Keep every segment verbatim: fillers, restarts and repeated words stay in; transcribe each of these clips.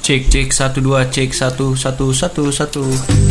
Cek cek satu dua cek satu satu satu satu.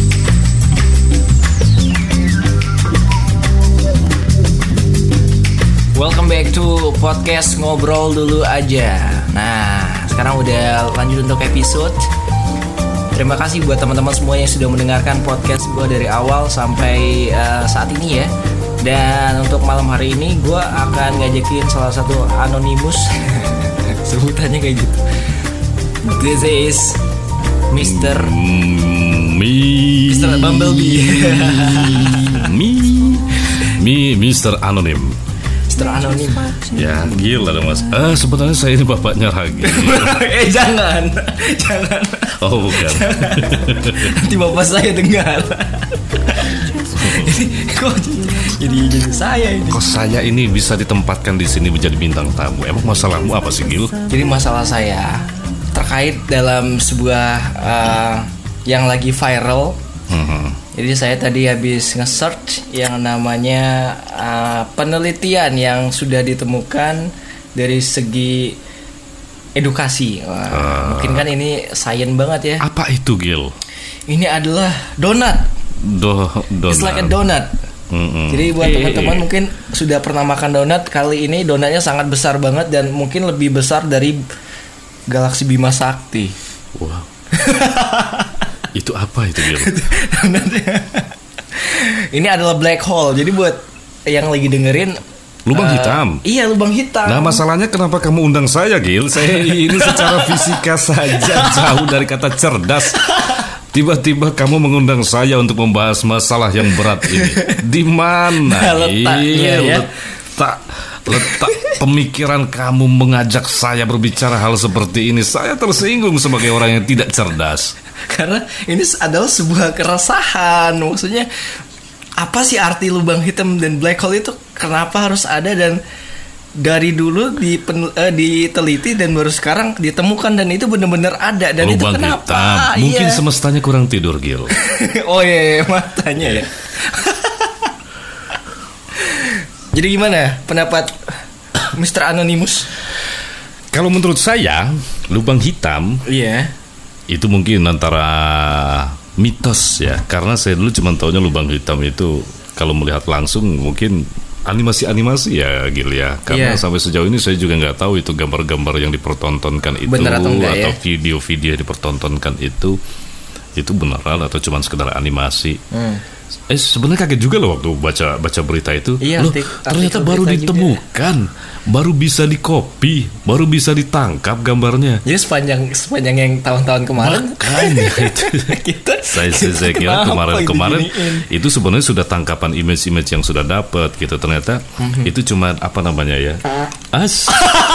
Welcome back to podcast ngobrol dulu aja. Nah, sekarang udah lanjut untuk episode. Terima kasih buat teman-teman semua yang sudah mendengarkan podcast gue dari awal sampai uh, saat ini ya. Dan untuk malam hari ini gue akan ngajakin salah satu anonimus. Sebutannya kayak gitu. This is Mister Me Mister Bumblebee. Me Me Mister Anonim. Mister Anonim. Ya gila dong mas. Eh sebenarnya saya ini bapaknya Ragi. Eh jangan, jangan. Oh bukan. Nanti bapak saya dengar. Ini kok jadi jadi saya ini. Kok saya ini bisa ditempatkan di sini menjadi bintang tamu? Emang masalahmu apa sih Gil? Jadi masalah saya terkait dalam sebuah uh, yang lagi viral. Hmm. Jadi saya tadi habis nge-search yang namanya uh, penelitian yang sudah ditemukan dari segi edukasi. Wah, uh. Mungkin kan ini sains banget ya. Apa itu Gil? Ini adalah donat. Do, donat. It's like a donut. Mm-hmm. Jadi buat e- teman-teman e- mungkin sudah pernah makan donat, kali ini donatnya sangat besar banget dan mungkin lebih besar dari galaksi Bima Sakti. Wow. Itu apa itu Gil? Ini adalah black hole. Jadi buat yang lagi dengerin, lubang uh, hitam. Iya, lubang hitam. Nah masalahnya kenapa kamu undang saya Gil? Saya ini secara fisika saja jauh dari kata cerdas. Tiba-tiba kamu mengundang saya untuk membahas masalah yang berat ini. Di mana nah, letaknya ya? Letak, letak pemikiran kamu mengajak saya berbicara hal seperti ini. Saya tersinggung sebagai orang yang tidak cerdas. Karena ini adalah sebuah keresahan. Maksudnya apa sih arti lubang hitam dan black hole itu? Kenapa harus ada dan dari dulu dipen, uh, diteliti dan baru sekarang ditemukan dan itu benar-benar ada dan lubang itu kenapa? Hitam. Mungkin iya. Semestanya kurang tidur Gil. Oh iya, iya matanya ya. Jadi gimana pendapat Mister Anonymous? Kalau menurut saya lubang hitam, iya, itu mungkin antara mitos ya. Karena saya dulu cuma taunya lubang hitam itu kalau melihat langsung mungkin animasi-animasi ya Gil ya. Karena yeah. sampai sejauh ini saya juga nggak tahu itu gambar-gambar yang dipertontonkan itu benar atau, enggak, atau ya? video-video yang dipertontonkan itu itu beneran atau cuma sekedar animasi. Hmm. Eh sebenarnya kaget juga loh waktu baca baca berita itu. Iya, loh artik, ternyata baru ditemukan, juga. baru bisa dikopi, baru bisa ditangkap gambarnya. Jadi sepanjang sepanjang yang tahun-tahun kemarin. Makanya itu. kita, saya, saya, saya kira kemarin-kemarin itu sebenarnya sudah tangkapan image-image yang sudah dapat gitu. Ternyata mm-hmm. itu cuma apa namanya ya? As.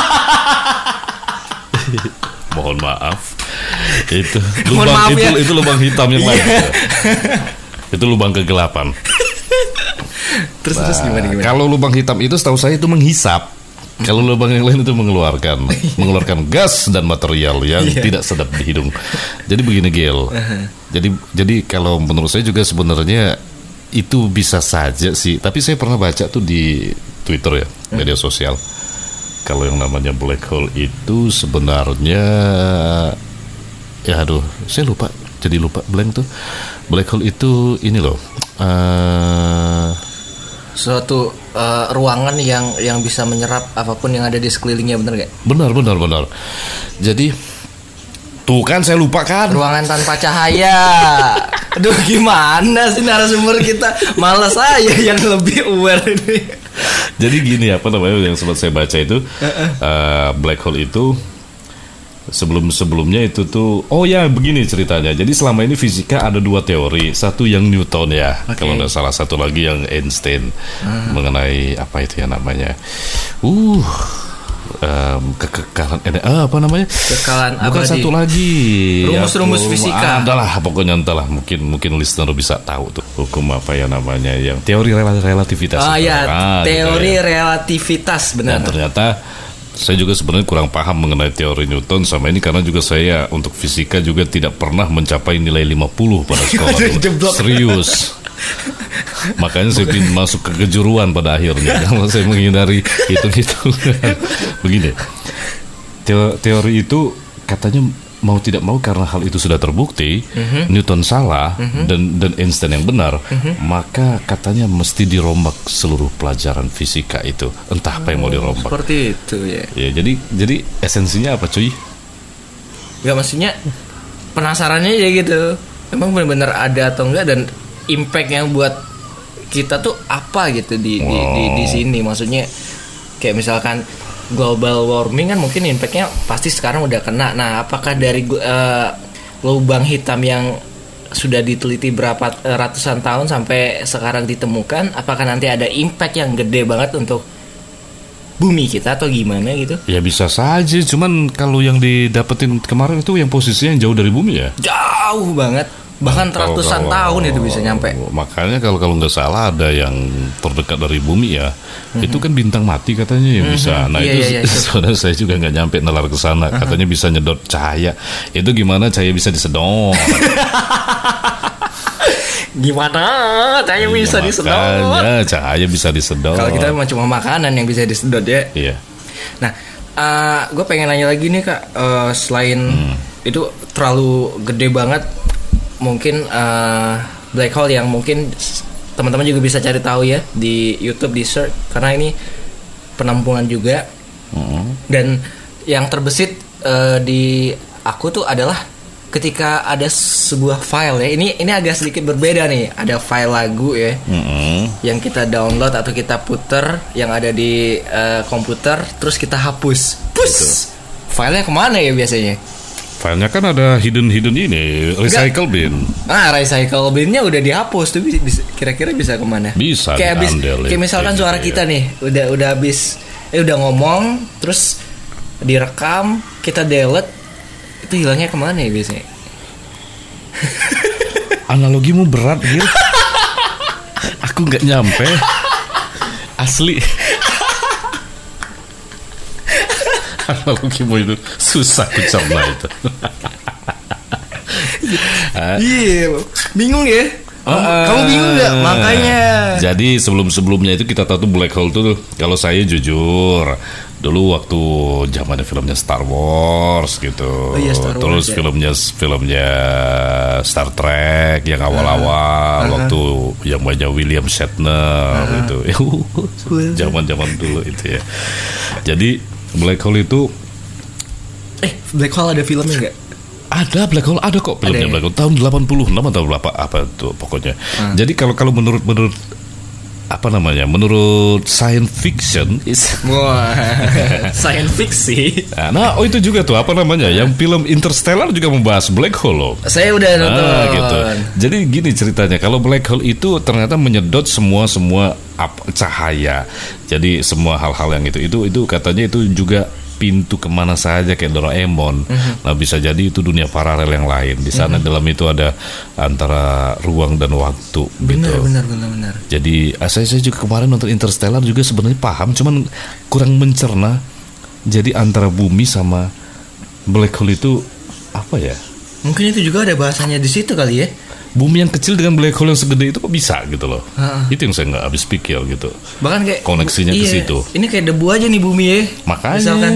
Mohon maaf. Itu lubang itu, ya. itu lubang hitam yang lain. Ya. Itu lubang kegelapan. Terus nah, terus gimana, gimana? Kalau lubang hitam itu setahu saya itu menghisap. Kalau lubang yang lain itu mengeluarkan mengeluarkan gas dan material yang yeah. tidak sedap di hidung. Jadi begini Gil. Uh-huh. Jadi jadi kalau menurut saya juga sebenarnya itu bisa saja sih. Tapi saya pernah baca tuh di Twitter ya, uh. media sosial. Kalau yang namanya black hole itu sebenarnya ya aduh, saya lupa. Jadi lupa blank tuh. Black hole itu ini loh. Uh, suatu uh, ruangan yang yang bisa menyerap apapun yang ada di sekelilingnya, benar gak? Benar, benar, benar. Jadi tuh kan saya lupa kan. Ruangan tanpa cahaya. Aduh gimana sih narasumber kita? Malas saya yang lebih aware ini. Jadi gini apa namanya yang sempat saya baca itu uh-uh. uh, black hole itu sebelum-sebelumnya itu tuh oh ya begini ceritanya. Jadi selama ini fisika ada dua teori. Satu yang Newton ya, okay. Kalau nggak salah, satu lagi yang Einstein hmm. mengenai apa itu ya namanya uh um, kekekalan eh, apa namanya kekekalan bukan abadi. Satu lagi rumus-rumus ya, fisika adalah pokoknya entahlah mungkin mungkin listener bisa tahu tuh hukum apa ya namanya yang teori rel- relativitas. Oh ya ah, teori gitu ya. relativitas benar. Dan ternyata saya juga sebenarnya kurang paham mengenai teori Newton sama ini karena juga saya untuk fisika juga tidak pernah mencapai nilai lima puluh pada sekolah. Serius. Makanya saya ingin masuk ke kejuruan pada akhirnya kalau saya menghindari hitung-hitungan. Begini, teo- teori itu katanya mau tidak mau karena hal itu sudah terbukti, Mm-hmm. Newton salah Mm-hmm. dan dan Einstein yang benar, Mm-hmm. maka katanya mesti dirombak seluruh pelajaran fisika itu. Entah apa yang mau dirombak. Seperti itu ya. Ya, jadi jadi esensinya apa, cuy? Gak, maksudnya penasarannya ya gitu. Emang benar-benar ada atau enggak, dan impact yang buat kita tuh apa gitu di di, di di sini. Maksudnya kayak misalkan global warming kan mungkin impactnya pasti sekarang udah kena. Nah, apakah dari uh, lubang hitam yang sudah diteliti berapa uh, ratusan tahun sampai sekarang ditemukan, apakah nanti ada impact yang gede banget untuk bumi kita atau gimana gitu? Ya bisa saja, cuman kalau yang didapetin kemarin itu yang posisinya jauh dari bumi ya. Jauh banget. Bahkan Nah, kalau- ratusan kalau- tahun itu bisa nyampe. Makanya kalau kalau nggak salah ada yang terdekat dari bumi ya, Mm-hmm. itu kan bintang mati katanya yang bisa. Nah Iya, itu, iya, iya, itu. saudara saya juga nggak nyampe nalar ke sana. Katanya bisa nyedot cahaya. Itu gimana cahaya bisa disedot? Gimana? Cahaya bisa Iya, disedot. makanya cahaya bisa disedot. Kalau kita memang cuma makanan yang bisa disedot ya. Iya. Nah, gue pengen nanya lagi nih kak. Eh, selain Hmm. itu terlalu gede banget, mungkin eh, black hole yang mungkin s- teman-teman juga bisa cari tahu ya di YouTube, di search, karena ini penampungan juga. Mm-mm. Dan yang terbesit eh, di aku tuh adalah ketika ada sebuah file ya. Ini ini agak sedikit berbeda nih. Ada file lagu ya Mm-mm. yang kita download atau kita puter yang ada di eh, komputer, terus kita hapus. Pus. Filenya kemana ya biasanya? Filenya kan ada hidden hidden ini recycle bin. Ah, recycle bin-nya udah dihapus tuh, bisa, bisa- kira-kira bisa kemana? Bisa Kayak habis, diambil, kayak misalkan kayak suara gitu kita ya. nih, udah udah habis, eh udah ngomong, terus direkam, kita delete, itu hilangnya kemana ya biasanya? Analogimu berat Gil. Aku nggak nyampe. Asli. Analogimu itu susah kucerna itu. Iya, bingung ya? Kamu, Ah. kamu bingung nggak? Makanya. Jadi sebelum-sebelumnya itu kita tahu tuh black hole tuh, kalau saya jujur dulu waktu zamannya filmnya Star Wars gitu. Oh iya, Star Wars, Terus ya. filmnya filmnya Star Trek yang awal-awal waktu yang banyak William Shatner gitu. Zaman-zaman dulu itu ya. Jadi black hole itu Eh, black hole ada filmnya nggak? ada, black hole ada kok filmnya Ada ya? black hole tahun delapan puluh enam atau berapa apa tuh pokoknya. Jadi kalau kalau menurut menurut apa namanya? Menurut science fiction, Wah, science fiksi. nah oh itu juga tuh apa namanya? Yang film Interstellar juga membahas black hole loh. Saya udah nonton. Nah, gitu. Jadi gini ceritanya, kalau black hole itu ternyata menyedot semua semua ap- cahaya. Jadi semua hal-hal yang itu itu itu katanya itu juga pintu kemana saja kayak Doraemon. Nah bisa jadi itu dunia paralel yang lain. Di sana dalam itu ada antara ruang dan waktu. Benar, gitu. benar, benar, benar. Jadi ah, saya saya juga kemarin nonton Interstellar juga sebenarnya paham, cuman kurang mencerna. Jadi antara bumi sama black hole itu apa ya? Mungkin itu juga ada bahasanya di situ kali ya. Bumi yang kecil dengan black hole yang segede itu kok bisa gitu loh. Ha-ha. Itu yang saya nggak habis pikir gitu. Bahkan kayak Koneksinya ke iya, situ. Ini kayak debu aja nih bumi ya. Makanya Misalkan.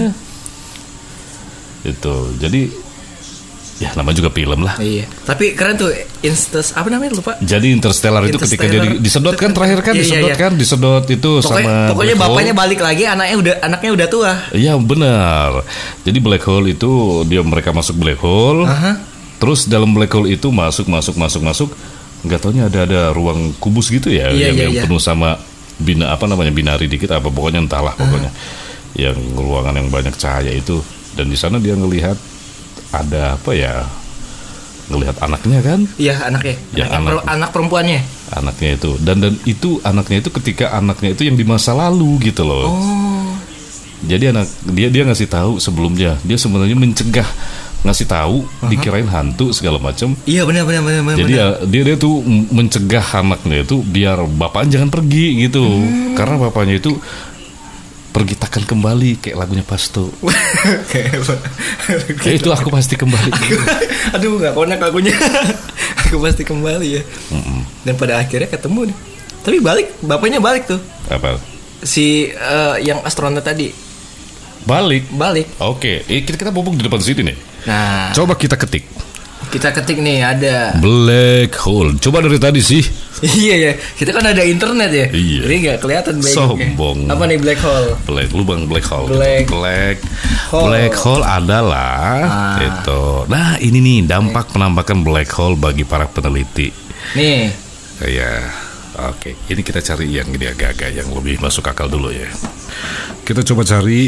itu. Jadi ya nama juga film lah. Iya. Tapi keren tuh Instas apa namanya lupa. Jadi Interstellar itu ketika dia di- Interstellar. disedot kan terakhir kan Iya, iya, disedot iya. kan disedot itu Pokoknya, sama pokoknya black hole. bapaknya balik lagi, anaknya udah anaknya udah tua. Iya benar. Jadi black hole itu dia mereka masuk black hole. Aha. Terus dalam black hole itu masuk masuk masuk masuk nggak taunya ada ada ruang kubus gitu ya Iya, yang, iya, yang iya. penuh sama bina apa namanya binari dikit apa pokoknya entahlah pokoknya yang ruangan yang banyak cahaya itu, dan di sana dia ngelihat ada apa ya, ngelihat anaknya kan, Iya anaknya. Ya, Anaknya anak. per- anak perempuannya. anaknya itu dan dan itu anaknya itu ketika anaknya itu yang di masa lalu gitu loh. Oh. Jadi anak dia dia ngasih tahu sebelumnya, dia sebenarnya mencegah ngasih tahu, dikirain hantu segala macam. Iya benar benar benar benar. Jadi benar. ya, dia dia tuh mencegah anaknya itu biar bapaknya jangan pergi gitu, Hmm. karena bapaknya itu pergi takkan kembali kayak lagunya Pasto. Kayak apa? Ya itu aku pasti kembali. Aduh nggak konek lagunya. Aku pasti kembali ya. Dan pada akhirnya ketemu nih. Tapi balik, bapaknya balik tuh. Apa? Si eh, yang astronot tadi Balik. balik. Oke, eh, kita kita bobok di depan sini nih. Nah, coba kita ketik. Kita ketik nih ada black hole. Coba dari tadi sih. Iya ya, kita kan ada internet ya. Iya. Jadi nggak kelihatan black. Sombong. Apa nih black hole? Black lubang black hole. Black, black hole. Black hole adalah ah. itu. Nah ini nih dampak penampakan black hole bagi para peneliti. Nih. Iya. Oke. Ini kita cari yang ini agak-agak yang lebih masuk akal dulu ya. Kita coba cari.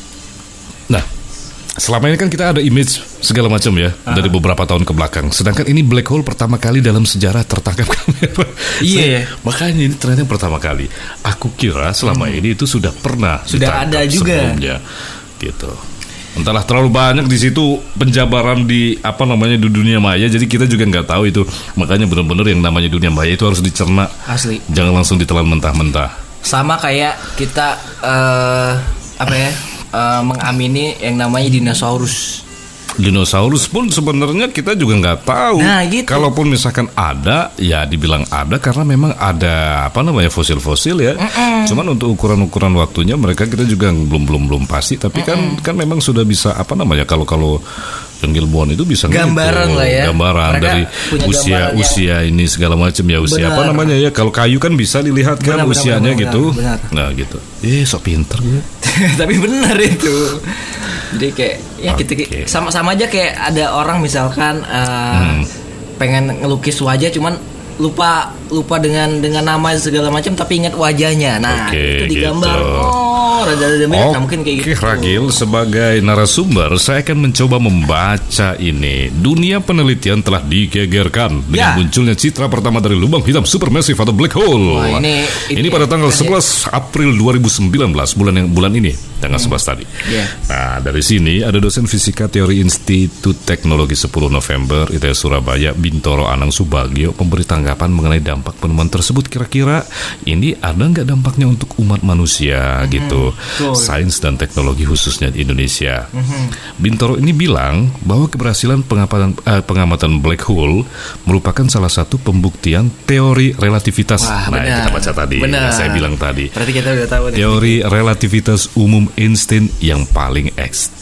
Nah. Selama ini kan kita ada image segala macam ya uh-huh. dari beberapa tahun ke belakang. Sedangkan ini black hole pertama kali dalam sejarah tertangkap kamera. Iya. Yeah. Makanya ini ternyata pertama kali. Aku kira selama hmm. ini itu sudah pernah sudah ada juga sebelumnya. Gitu. Entahlah terlalu banyak di situ penjabaran di apa namanya di dunia maya. Jadi kita juga nggak tahu itu. Makanya benar-benar yang namanya dunia maya itu harus dicerna. Asli. Jangan langsung ditelan mentah-mentah. Sama kayak kita uh, apa ya? Uh, mengamini yang namanya dinosaurus. Dinosaurus pun sebenarnya kita juga nggak tahu. Nah, gitu. Kalaupun misalkan ada, ya dibilang ada karena memang ada apa namanya fosil-fosil ya. Mm-mm. Cuman untuk ukuran-ukuran waktunya mereka kita juga belum belum belum pasti. Tapi Mm-mm. kan kan memang sudah bisa apa namanya kalau kalau yang ilmuwan itu bisa gambaran gitu, lah ya. Gambaran mereka dari usia usia ini segala macam ya usia benar. Apa namanya ya kalau kayu kan bisa dilihat kan benar, usianya benar, gitu. Benar, benar. Nah gitu. Eh sok pinter ya. Tapi benar itu. Jadi kayak ya okay. kita sama-sama aja kayak ada orang misalkan uh, hmm. pengen ngelukis wajah cuman lupa lupa dengan dengan nama segala macam tapi ingat wajahnya. Nah, okay, itu digambar. Gitu. Oh, rada-rada mirip okay, nah, mungkin kayak gitu. Oke, Ragil sebagai narasumber saya akan mencoba membaca ini. Dunia penelitian telah digegerkan dengan ya. munculnya citra pertama dari lubang hitam supermassive atau black hole. Wah, ini, ini ini pada tanggal sebelas April dua ribu sembilan belas bulan yang bulan ini tanggal hmm. sebelas tadi. Yeah. Nah, dari sini ada dosen fisika teori Institut Teknologi sepuluh November I T S Surabaya Bintoro Anang Subagio memberi tanggapan mengenai dampak penemuan tersebut. Kira-kira ini ada nggak dampaknya untuk umat manusia mm-hmm. gitu, cool. sains dan teknologi khususnya di Indonesia. Mm-hmm. Bintoro ini bilang bahwa keberhasilan pengamatan, eh, pengamatan black hole merupakan salah satu pembuktian teori relativitas. Wah, nah, benar. yang kita baca tadi, yang saya bilang tadi. Berarti kita udah tahu nih. Teori relativitas umum Einstein yang paling ekstrim.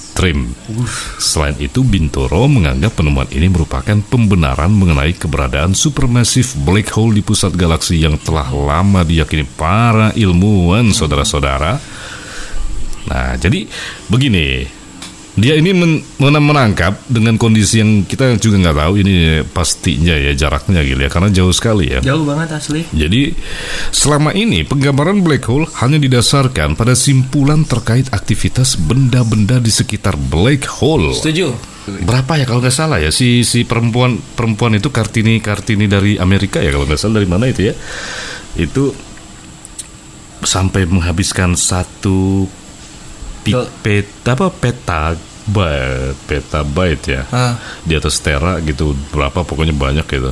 Selain itu, Bintoro menganggap penemuan ini merupakan pembenaran mengenai keberadaan supermassive black hole di pusat galaksi yang telah lama diyakini para ilmuwan, saudara-saudara. Nah, jadi begini, dia ini men- menangkap dengan kondisi yang kita juga nggak tahu ini pastinya ya jaraknya gitu ya, karena jauh sekali ya. Jauh banget asli. Jadi selama ini penggambaran black hole hanya didasarkan pada simpulan terkait aktivitas benda-benda di sekitar black hole. Setuju. Berapa ya kalau nggak salah ya si si perempuan perempuan itu Kartini Kartini dari Amerika ya kalau nggak salah, dari mana itu ya? Itu sampai menghabiskan satu peta apa peta byte petabyte ya ah. di atas tera gitu, berapa pokoknya banyak gitu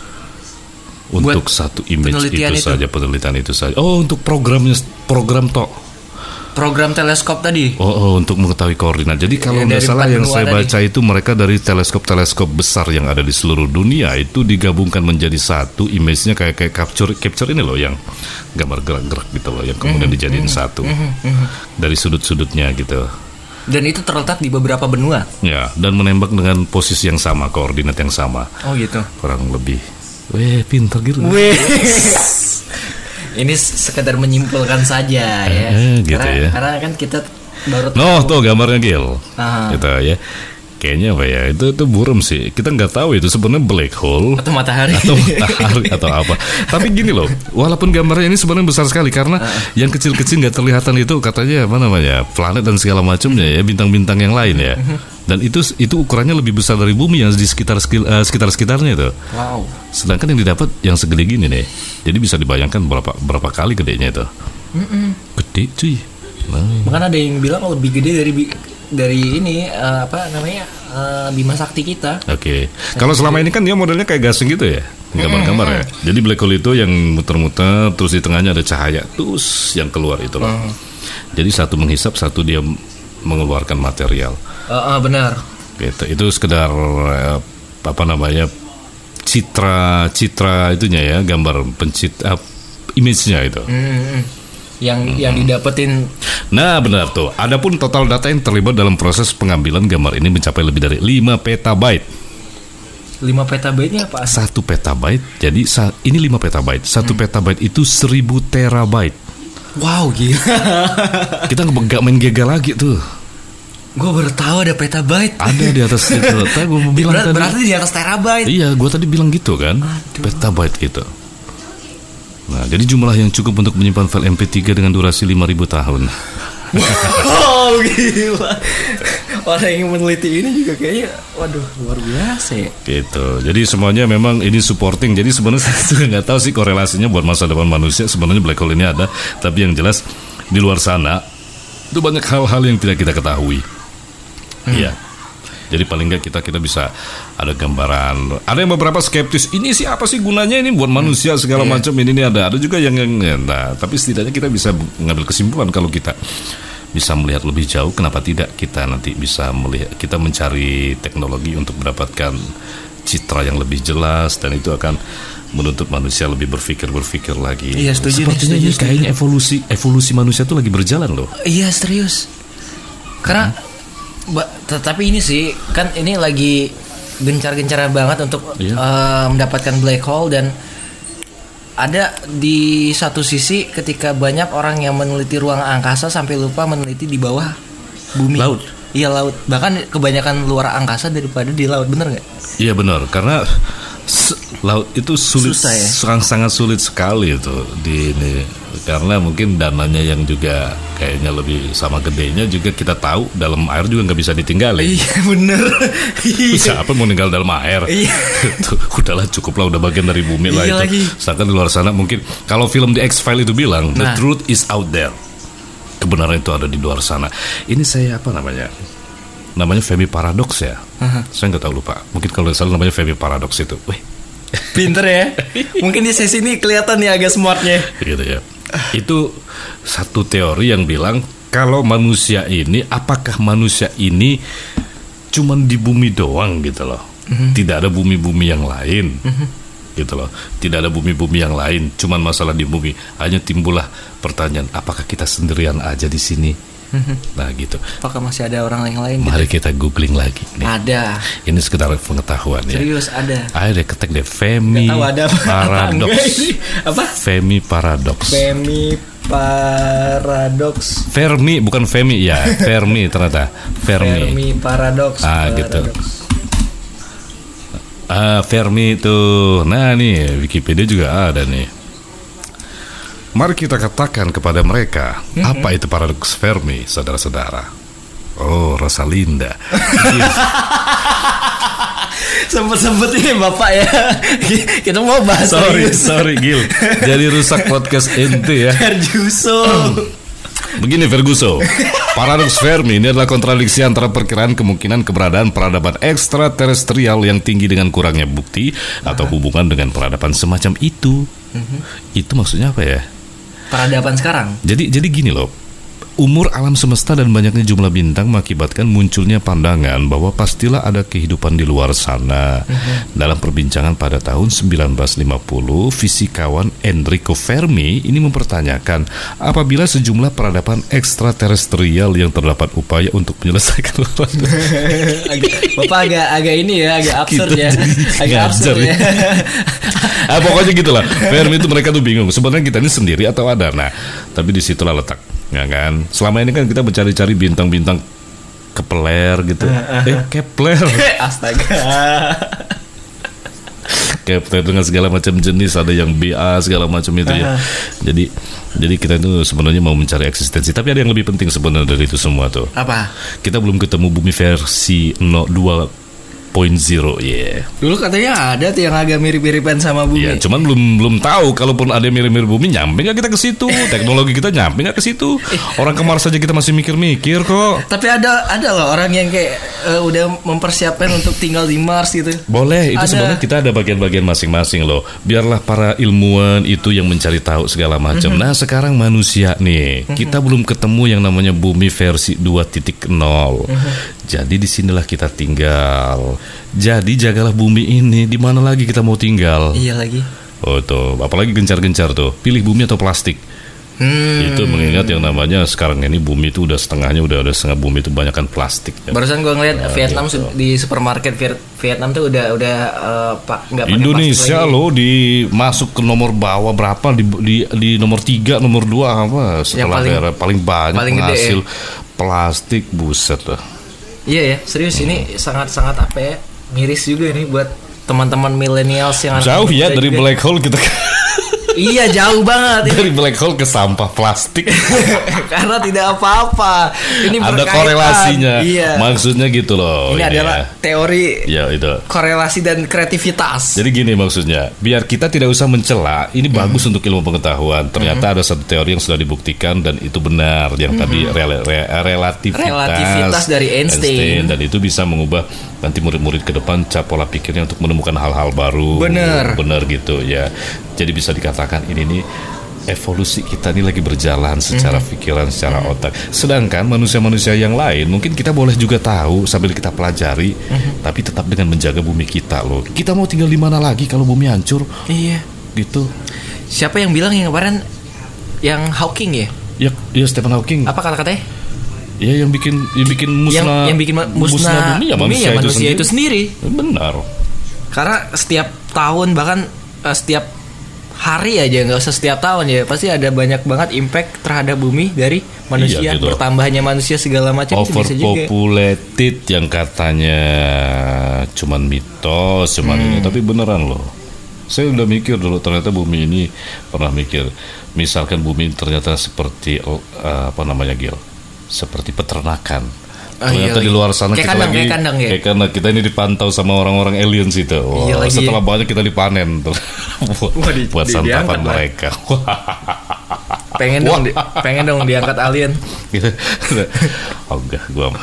untuk buat satu image itu, itu saja penelitian itu saja. Oh, untuk programnya program tok program teleskop tadi. Oh, oh untuk mengetahui koordinat. Jadi kalau nggak salah yang saya tadi baca itu mereka dari teleskop-teleskop besar yang ada di seluruh dunia itu digabungkan menjadi satu image-nya kayak kayak capture capture ini loh yang gambar gerak-gerak gitu loh yang kemudian mm-hmm. dijadiin mm-hmm. satu mm-hmm. dari sudut-sudutnya gitu. Dan itu terletak di beberapa benua. Ya, dan menembak dengan posisi yang sama, koordinat yang sama. Oh gitu. Kurang lebih. Weh, pintar gitu. Weh. Ini sekedar menyimpulkan saja ya. Eh, gitu karena, ya. Karena kan kita baru tahu. No, tuh gambarnya Gil. Aha. Gitu ya. Kayaknya apa ya? Itu itu buram sih. Kita nggak tahu itu sebenarnya black hole atau matahari atau matahari atau apa. Tapi gini loh, walaupun gambarnya ini sebenarnya besar sekali karena uh. yang kecil-kecil nggak terlihatan itu katanya apa namanya planet dan segala macamnya ya, bintang-bintang yang lain ya. Dan itu itu ukurannya lebih besar dari bumi yang di sekitar uh, sekitar sekitarnya itu. Wow. Sedangkan yang didapat yang segede gini nih. Jadi bisa dibayangkan berapa berapa kali gedenya itu. Mm-mm. Gede cuy. Nah. Bahkan ada yang bilang lebih gede dari dari ini uh, apa namanya uh, Bima Sakti kita. Oke. Okay. Kalau selama ini kan dia modelnya kayak gasing gitu ya, gambar-gambar ya. Jadi black hole itu yang muter-muter, terus di tengahnya ada cahaya, terus yang keluar itu loh. Uh. Jadi satu menghisap, satu dia mengeluarkan material. Uh, uh, benar. Gitu. Itu sekedar uh, apa namanya citra citra itunya ya, gambar pencitra uh, image-nya itu. Mm-hmm. yang hmm. yang didapetin. Nah benar tuh. Adapun total data yang terlibat dalam proses pengambilan gambar ini mencapai lebih dari lima petabyte. lima petabyte-nya apa? satu petabyte. Jadi ini lima petabyte. satu hmm. petabyte itu seribu terabyte. Wow, gila. Kita nggak main Giga lagi tuh. Gue baru tahu ada petabyte. Ada di atas itu. Tadi gue mau bilang Berat, tadi. Berarti di atas terabyte. Iya, gue tadi bilang gitu kan. Aduh. Petabyte gitu. Nah, jadi jumlah yang cukup untuk menyimpan file M P tiga dengan durasi lima ribu tahun. Wow, gila. Orang yang meneliti ini juga kayaknya, waduh, luar biasa ya. Gitu. Jadi semuanya memang ini supporting. Jadi sebenarnya saya juga nggak tahu sih korelasinya buat masa depan manusia. Sebenarnya black hole ini ada, tapi yang jelas di luar sana itu banyak hal-hal yang tidak kita ketahui. Iya. Hmm. Jadi paling nggak kita kita bisa ada gambaran. Ada yang beberapa skeptis. Ini sih apa sih gunanya ini buat manusia segala hmm. macam. Ini ini ada. Ada juga yang yang. Nah, tapi setidaknya kita bisa mengambil kesimpulan kalau kita bisa melihat lebih jauh. Kenapa tidak kita nanti bisa melihat, kita mencari teknologi untuk mendapatkan citra yang lebih jelas, dan itu akan menuntut manusia lebih berpikir berpikir lagi. Iya, setuju. Sepertinya setuju, ini setuju. kayaknya evolusi evolusi manusia tuh lagi berjalan loh. Iya, serius. Karena hmm. Ba, tetapi ini sih kan ini lagi gencar-gencarnya banget untuk iya. uh, mendapatkan black hole, dan ada di satu sisi ketika banyak orang yang meneliti ruang angkasa sampai lupa meneliti di bawah bumi. Laut. Iya, laut. Bahkan kebanyakan luar angkasa daripada di laut, bener nggak? Iya benar, karena s- laut itu sulit, susah ya? sangat sangat sulit sekali itu di ini. Karena mungkin dananya yang juga kayaknya lebih sama gedenya, juga kita tahu dalam air juga nggak bisa ditinggalin. Iya bener. Siapa mau tinggal dalam air? Iya. Udahlah cukup lah, udah bagian dari bumi lah iya itu. Lagi. Sedangkan di luar sana mungkin kalau film The X-Files itu bilang nah. the truth is out there. Kebenaran itu ada di luar sana. Ini saya apa namanya? Namanya Fermi Paradox ya. Uh-huh. Saya nggak tahu, lupa. Mungkin kalau salah namanya Fermi Paradox itu. Wih. Pinter ya. Mungkin di sesi ini kelihatan nih agak smartnya. Gitu ya. Itu satu teori yang bilang kalau manusia ini, apakah manusia ini cuman di bumi doang gitu loh. Mm-hmm. Tidak ada bumi-bumi yang lain. Mm-hmm. Gitu loh. Tidak ada bumi-bumi yang lain, cuman masalah di bumi. Hanya timbullah pertanyaan, apakah kita sendirian aja di sini? Mm-hmm. Nah gitu. Apakah masih ada orang yang lain? Mari gitu? kita googling lagi nih. Ada. Ini sekedar pengetahuan ya. Serius ada. Ayo deh ketek deh Fermi Paradox. Apa? Fermi Paradox. Fermi Paradox. Fermi bukan Fermi ya. Fermi ternyata. Fermi. Fermi Paradox. Ah Paradox. gitu. Ah Fermi itu. Nah nih Wikipedia juga ada nih. Mari kita katakan kepada mereka, mm-hmm. apa itu paradoks Fermi, saudara-saudara? Oh, Rosalinda. Sempet-sempet nih Bapak ya. Kita mau bahas. Sorry, sorry Gil. Jadi rusak podcast ente ya. Ferguso. Begini Ferguso, paradoks Fermi ini adalah kontradiksi antara perkiraan kemungkinan keberadaan peradaban ekstraterestrial yang tinggi dengan kurangnya bukti uh-huh. atau hubungan dengan peradaban semacam itu. Uh-huh. Itu maksudnya apa ya? Peradaban sekarang. Jadi jadi gini loh. Umur alam semesta dan banyaknya jumlah bintang mengakibatkan munculnya pandangan bahwa pastilah ada kehidupan di luar sana. Uh-huh. Dalam perbincangan pada tahun sembilan belas lima puluh, fisikawan Enrico Fermi ini mempertanyakan apabila sejumlah peradaban ekstraterestrial yang terdapat upaya untuk menyelesaikan agak, Bapak agak agak ini ya, agak absurd ya. Agak absurd ya. Ah, pokoknya gitulah. Fermi itu mereka tuh bingung. Sebenarnya kita ini sendiri atau ada. Nah, tapi disitulah letak. Ya kan, selama ini kan kita mencari-cari bintang-bintang Kepler gitu. Eh, Kepler. Astaga. Kepler dengan segala macam jenis, ada yang B A segala macam itu ya. Jadi, jadi kita itu sebenarnya mau mencari eksistensi. Tapi ada yang lebih penting sebenarnya dari itu semua tuh. Apa? Kita belum ketemu bumi versi dua point nol, ya. Yeah. Dulu katanya ada tuh yang agak mirip-miripan sama bumi. Ya, cuman belum belum tahu. Kalaupun ada yang mirip-mirip bumi, nyampe nggak kita ke situ? Teknologi kita nyampe nggak ke situ? Orang ke Mars saja kita masih mikir-mikir kok. Tapi ada ada loh orang yang kayak uh, udah mempersiapkan untuk tinggal di Mars gitu. Boleh, itu ada. Sebenarnya kita ada bagian-bagian masing-masing loh. Biarlah para ilmuwan itu yang mencari tahu segala macam. Mm-hmm. Nah, sekarang manusia nih, mm-hmm. kita belum ketemu yang namanya bumi versi dua titik nol. Mm-hmm. Jadi disinilah kita tinggal. Jadi jagalah bumi ini. Di mana lagi kita mau tinggal? Iya lagi. Oh tuh, apalagi gencar-gencar tuh. Pilih bumi atau plastik. Hmm. Itu mengingat yang namanya sekarang ini bumi itu udah setengahnya udah udah setengah bumi itu banyakan plastik. Ya. Barusan gue ngeliat Nah, Vietnam gitu. di supermarket Vietnam tuh udah udah uh, pak nggak pakai Indonesia plastik lagi. loh di masuk ke nomor bawah berapa di di, di nomor tiga nomor dua apa setelah paling- daerah paling banyak paling gede, penghasil ya. plastik, buset lah. Iya ya, serius Hmm. ini sangat-sangat apa ya? Miris juga nih buat teman-teman millennials yang Jauh anak ya muda dari juga. black hole kita Iya jauh banget ini. dari black hole ke sampah plastik. Karena tidak apa-apa. Ini Ada berkaitan. korelasinya. Iya. Maksudnya gitu loh. Ini adalah teori ya itu. korelasi dan kreativitas. Jadi gini maksudnya, biar kita tidak usah mencela, ini Hmm. bagus untuk ilmu pengetahuan. Ternyata ada satu teori yang sudah dibuktikan dan itu benar, yang tadi rel- re- relativitas, Hmm. Relativitas dari Einstein. dan itu bisa mengubah nanti murid-murid ke depan cara pola pikirnya untuk menemukan hal-hal baru. Benar. benar gitu ya. Jadi bisa dikatakan ini nih evolusi kita ini lagi berjalan secara pikiran, secara otak. Sedangkan manusia-manusia yang lain mungkin kita boleh juga tahu sambil kita pelajari, tapi tetap dengan menjaga bumi kita loh. Kita mau tinggal di mana lagi kalau bumi hancur? Iya. Gitu. Siapa yang bilang yang kemarin yang Hawking ya? Ya, ya Stephen Hawking. Apa kata-katanya? Ya yang bikin yang bikin Yang musnah yang bikin ma- musnah bumi ya bumi manusia, ya manusia itu sendiri. Benar. Karena setiap tahun bahkan eh, setiap hari aja, nggak usah setiap tahun ya, pasti ada banyak banget impact terhadap bumi dari manusia. Iya, gitu. Bertambahnya manusia segala macam itu bisa juga. Overpopulated yang katanya cuman mitos, cuman Hmm. ini, tapi beneran loh. Saya udah mikir dulu ternyata bumi ini pernah mikir, misalkan bumi ternyata seperti uh, apa namanya Gil, seperti peternakan. Ah, Ternyata iya di luar sana kayak kita kandang, lagi kayak kandang ya? kayak kandang, kita ini dipantau sama orang-orang aliens itu. Wah, Iya lagi. setelah banyak kita dipanen tuh buat, Wah, di- buat di- santapan diangkat, Pak. mereka. Pengen dong, di- pengen dong diangkat alien. Oh enggak, gua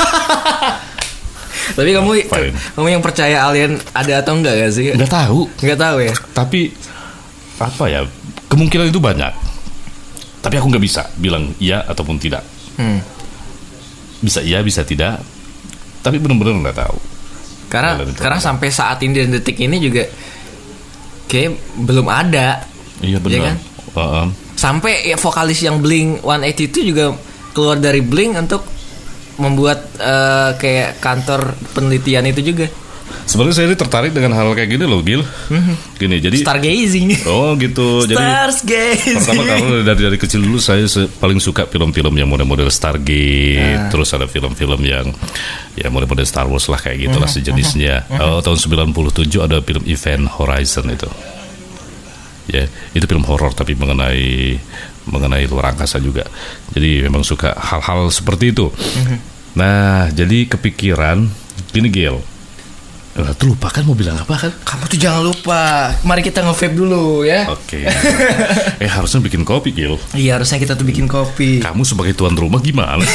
Tapi kamu Fine. kamu yang percaya alien ada atau enggak gak sih? nggak tahu. Nggak tahu ya. Tapi apa ya, kemungkinan itu banyak. Tapi aku nggak bisa bilang iya ataupun tidak. Hmm. Bisa iya, bisa tidak. Tapi benar-benar nggak tahu. Karena Alien itu karena ada. sampai saat ini dan detik ini juga kayak belum ada. Iya benar. Iya kan? Uh-uh. Sampai ya vokalis yang Blink seratus delapan puluh dua juga keluar dari Blink untuk membuat eh, kayak kantor penelitian itu juga. Sebenarnya saya ini tertarik dengan hal kayak gini loh, Gil. Gini, jadi Stargazing. oh gitu. Jadi Stargazing. pertama karena dari dari kecil dulu saya se- paling suka film-film yang model-model Stargate, terus ada film-film yang ya model-model Star Wars lah kayak gitulah sejenisnya. Oh, tahun sembilan puluh tujuh ada film Event Horizon itu. Ya, itu film horor tapi mengenai mengenai luar angkasa juga. Jadi memang suka hal-hal seperti itu. Nah, jadi kepikiran gini Gil. Eh, tuh lupa kan mau bilang apa kan? Kamu tuh jangan lupa. Mari kita nge-vape dulu ya. Oke. eh harusnya bikin kopi Gil. Iya, harusnya kita tuh bikin kopi. Kamu sebagai tuan rumah gimana?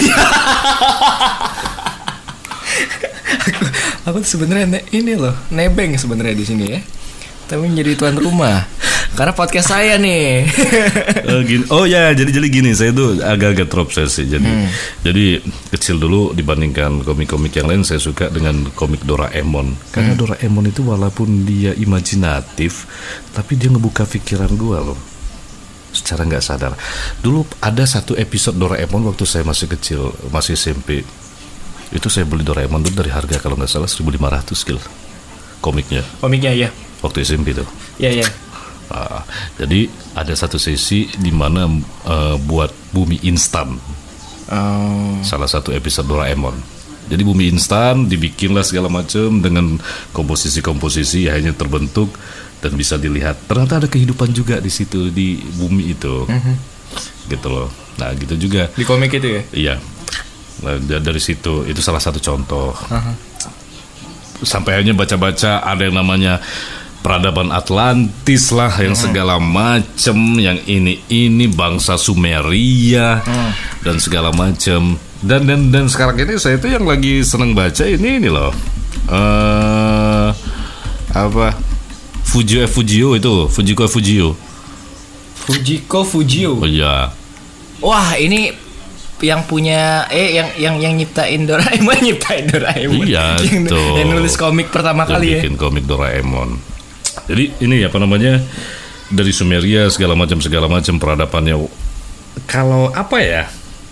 aku, aku tuh sebenarnya ne- ini loh, nebeng sebenarnya di sini ya. Tapi menjadi tuan rumah. Karena podcast saya nih. Oh, gini. Oh ya, jadi jadi gini, saya tuh agak-agak terobsesi. Jadi jadi kecil dulu dibandingkan komik-komik yang lain, saya suka dengan komik Doraemon. Karena Doraemon itu walaupun dia imajinatif, tapi dia ngebuka pikiran gua loh. Secara nggak sadar. Dulu ada satu episode Doraemon waktu saya masih kecil, masih S M P. Itu saya beli Doraemon tuh dari harga kalau nggak salah seribu lima ratus Gil. Komiknya Komiknya ya. waktu S M P tuh. Iya, iya. Nah, jadi ada satu sesi di mana uh, buat bumi instan, Oh. salah satu episode Doraemon. Jadi bumi instan dibikinlah segala macam dengan komposisi-komposisi akhirnya terbentuk dan bisa dilihat. Ternyata ada kehidupan juga di situ di bumi itu, gitu loh. Nah gitu juga. Di komik itu ya. Iya. Nah, da- dari situ itu salah satu contoh. Sampai akhirnya baca-baca ada yang namanya peradaban Atlantis lah, yang segala macem, yang ini ini bangsa Sumeria dan segala macem. Dan dan dan sekarang ini saya itu yang lagi seneng baca ini ini loh. Eh apa? Fujio Fujio itu, Fujiko Fujio. Fujiko Fujio. Oh iya. Wah, ini yang punya eh yang yang yang nyiptain Doraemon, nyiptain Doraemon. Iya, yang, tuh. yang nulis komik pertama Yang kali ya. bikin komik Doraemon. Jadi ini apa namanya, dari Sumeria segala macam segala macam peradabannya kalau apa ya?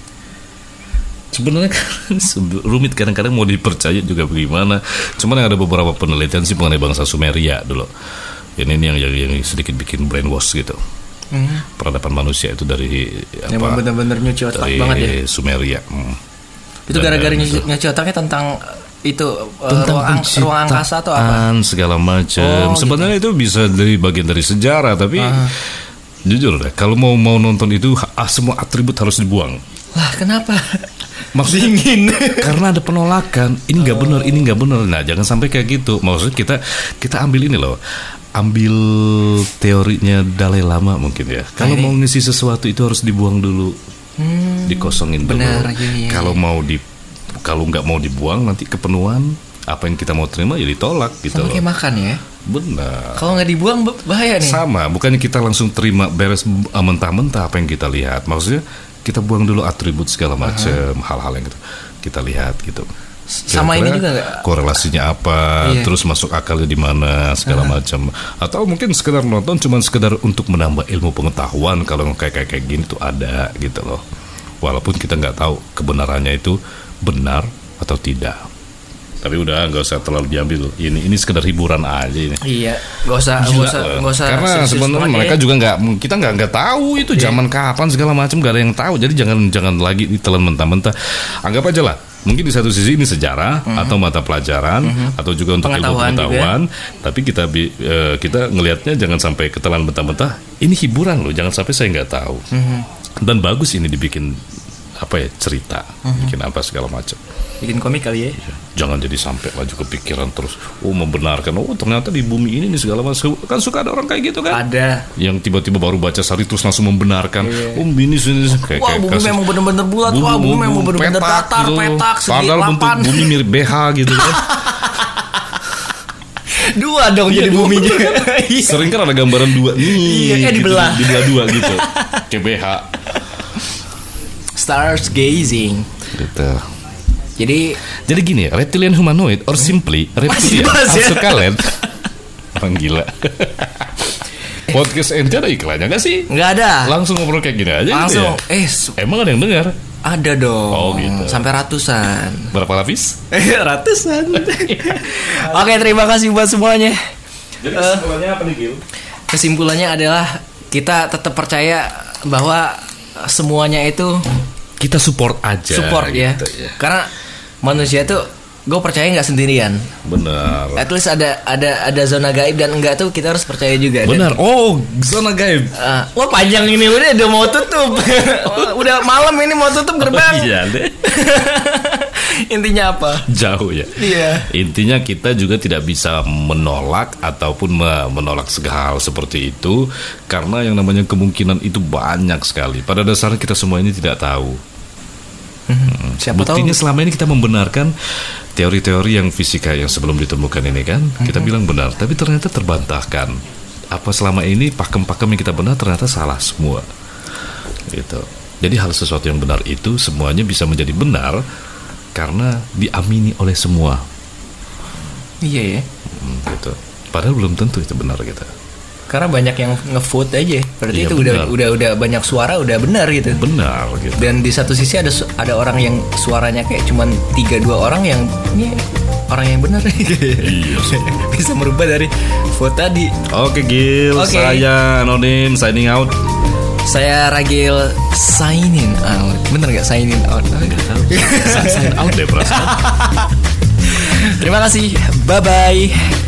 Sebenarnya kan rumit kadang-kadang mau dipercaya juga bagaimana. Cuman ada beberapa penelitian sih mengenai bangsa Sumeria dulu. Ini yang yang, yang sedikit bikin brainwash gitu. Hmm. Peradaban manusia itu dari yang apa? Benar-benar nyuci otak dari banget ya. Sumeria. Hmm. Itu gara-gara nyuci, nyuci otaknya tentang itu tentang uh, ruang, ruang angkasa atau apa? Segala macam. Oh, sebenarnya gitu. Itu bisa dari bagian dari sejarah, tapi uh. jujur deh, kalau mau mau nonton itu ah, semua atribut harus dibuang. Lah kenapa? Maksudnya dingin karena ada penolakan. Ini nggak oh. benar, ini nggak benar. Nah jangan sampai kayak gitu. Maksudnya kita kita ambil ini loh. Ambil teorinya Dalai Lama mungkin ya. Kalau mau ngisi sesuatu itu harus dibuang dulu, hmm, dikosongin dulu. Benar, iya, iya. Kalau mau di kalau nggak mau dibuang nanti kepenuhan apa yang kita mau terima ya ditolak gitu. Sama kayak makan ya. Benar. Kalau nggak dibuang bahaya nih. Sama, bukannya kita langsung terima beres mentah-mentah apa yang kita lihat. Maksudnya kita buang dulu atribut segala macam, uh-huh. hal-hal yang gitu kita lihat gitu. Sama kira-kira ini juga gak? Korelasinya apa, iya. Terus masuk akalnya di mana segala uh-huh. macam. Atau mungkin sekedar nonton cuman sekedar untuk menambah ilmu pengetahuan kalau kayak kayak kayak gini tuh ada gitu loh. Walaupun kita nggak tahu kebenarannya itu benar atau tidak. Tapi udah nggak usah terlalu diambil. Ini ini sekedar hiburan aja ini. Iya, nggak usah, nggak usah, nggak usah. Karena sebenarnya mereka ya. juga nggak, kita nggak nggak tahu itu iya. zaman kapan segala macam, nggak ada yang tahu. Jadi jangan jangan lagi ditelan mentah-mentah. Anggap aja lah. Mungkin di satu sisi ini sejarah uh-huh. atau mata pelajaran uh-huh. atau juga untuk ilmu pengetahuan. Tapi kita uh, kita ngelihatnya jangan sampai ketelan mentah-mentah. Ini hiburan loh, jangan sampai saya nggak tahu. Uh-huh. Dan bagus ini dibikin apa ya cerita, uh-huh. bikin apa segala macam. Bikin komik kali ya. Jangan jadi sampai laju kepikiran terus. Oh membenarkan. Oh ternyata di bumi ini nih segala macam. Kan suka ada orang kayak gitu kan. Ada. Yang tiba-tiba baru baca sehari terus langsung membenarkan. Yeah. Oh ini sini. Kayak, wah bumi memang benar-benar bulat. Wah bumi memang benar-benar datar, gitu. Petak, segi padahal lapan. bentuk bumi mirip B H gitu kan. Dua dong jadi buminya. Sering kan ada gambaran dua nih. Iya, eh, gitu, dibelah. Dibelah dua gitu. Kayak B H. Stars gazing. Gitu. Jadi jadi gini, reptilian humanoid or simply reptilian atau kalian orang gila. Podcast ente ada iklannya nggak sih? Nggak ada. Langsung ngobrol kayak gini aja. Langsung. Gitu ya? Eh, emang ada yang dengar? Ada dong. Oh gitu. Sampai ratusan. Berapa lapis? Ratusan. Oke, terima kasih buat semuanya. Jadi kesimpulannya apa nih Gil? Kesimpulannya adalah kita tetap percaya bahwa semuanya itu kita support aja. Support ya. Gitu, ya. Karena manusia tuh gue percaya nggak sendirian. Benar. At least ada ada ada zona gaib dan enggak tuh kita harus percaya juga. Benar. Dan, oh zona gaib. Uh, wah panjang ini udah udah mau tutup. Udah malam ini mau tutup gerbang. Oh, iya deh. Intinya apa? Jauh ya. Iya. Intinya kita juga tidak bisa menolak ataupun menolak segala hal seperti itu karena yang namanya kemungkinan itu banyak sekali. Pada dasarnya kita semua ini tidak tahu. Hmm. Siapa Buktinya tahu. Selama ini kita membenarkan teori-teori yang fisika yang sebelum ditemukan ini kan, mm-hmm. kita bilang benar, tapi ternyata terbantahkan. Apa selama ini pakem-pakem yang kita benar ternyata salah semua. Gitu. Jadi hal sesuatu yang benar itu semuanya bisa menjadi benar karena diamini oleh semua. Iya ya. Hmm, gitu. Padahal belum tentu itu benar gitu. Karena banyak yang nge-vote aja. Berarti iya, itu benar. udah udah udah banyak suara udah benar gitu. Benar gitu. Dan di satu sisi ada ada orang yang suaranya kayak cuman tiga dua orang yang ini orang yang benar. Iya sih. Bisa merubah dari vote tadi. Oke Gil, okay. Saya Anonim signing out. Saya Ragil signing out. Bener gak signing out? Enggak tahu. Sign out deh perasaan. Terima kasih. Bye bye.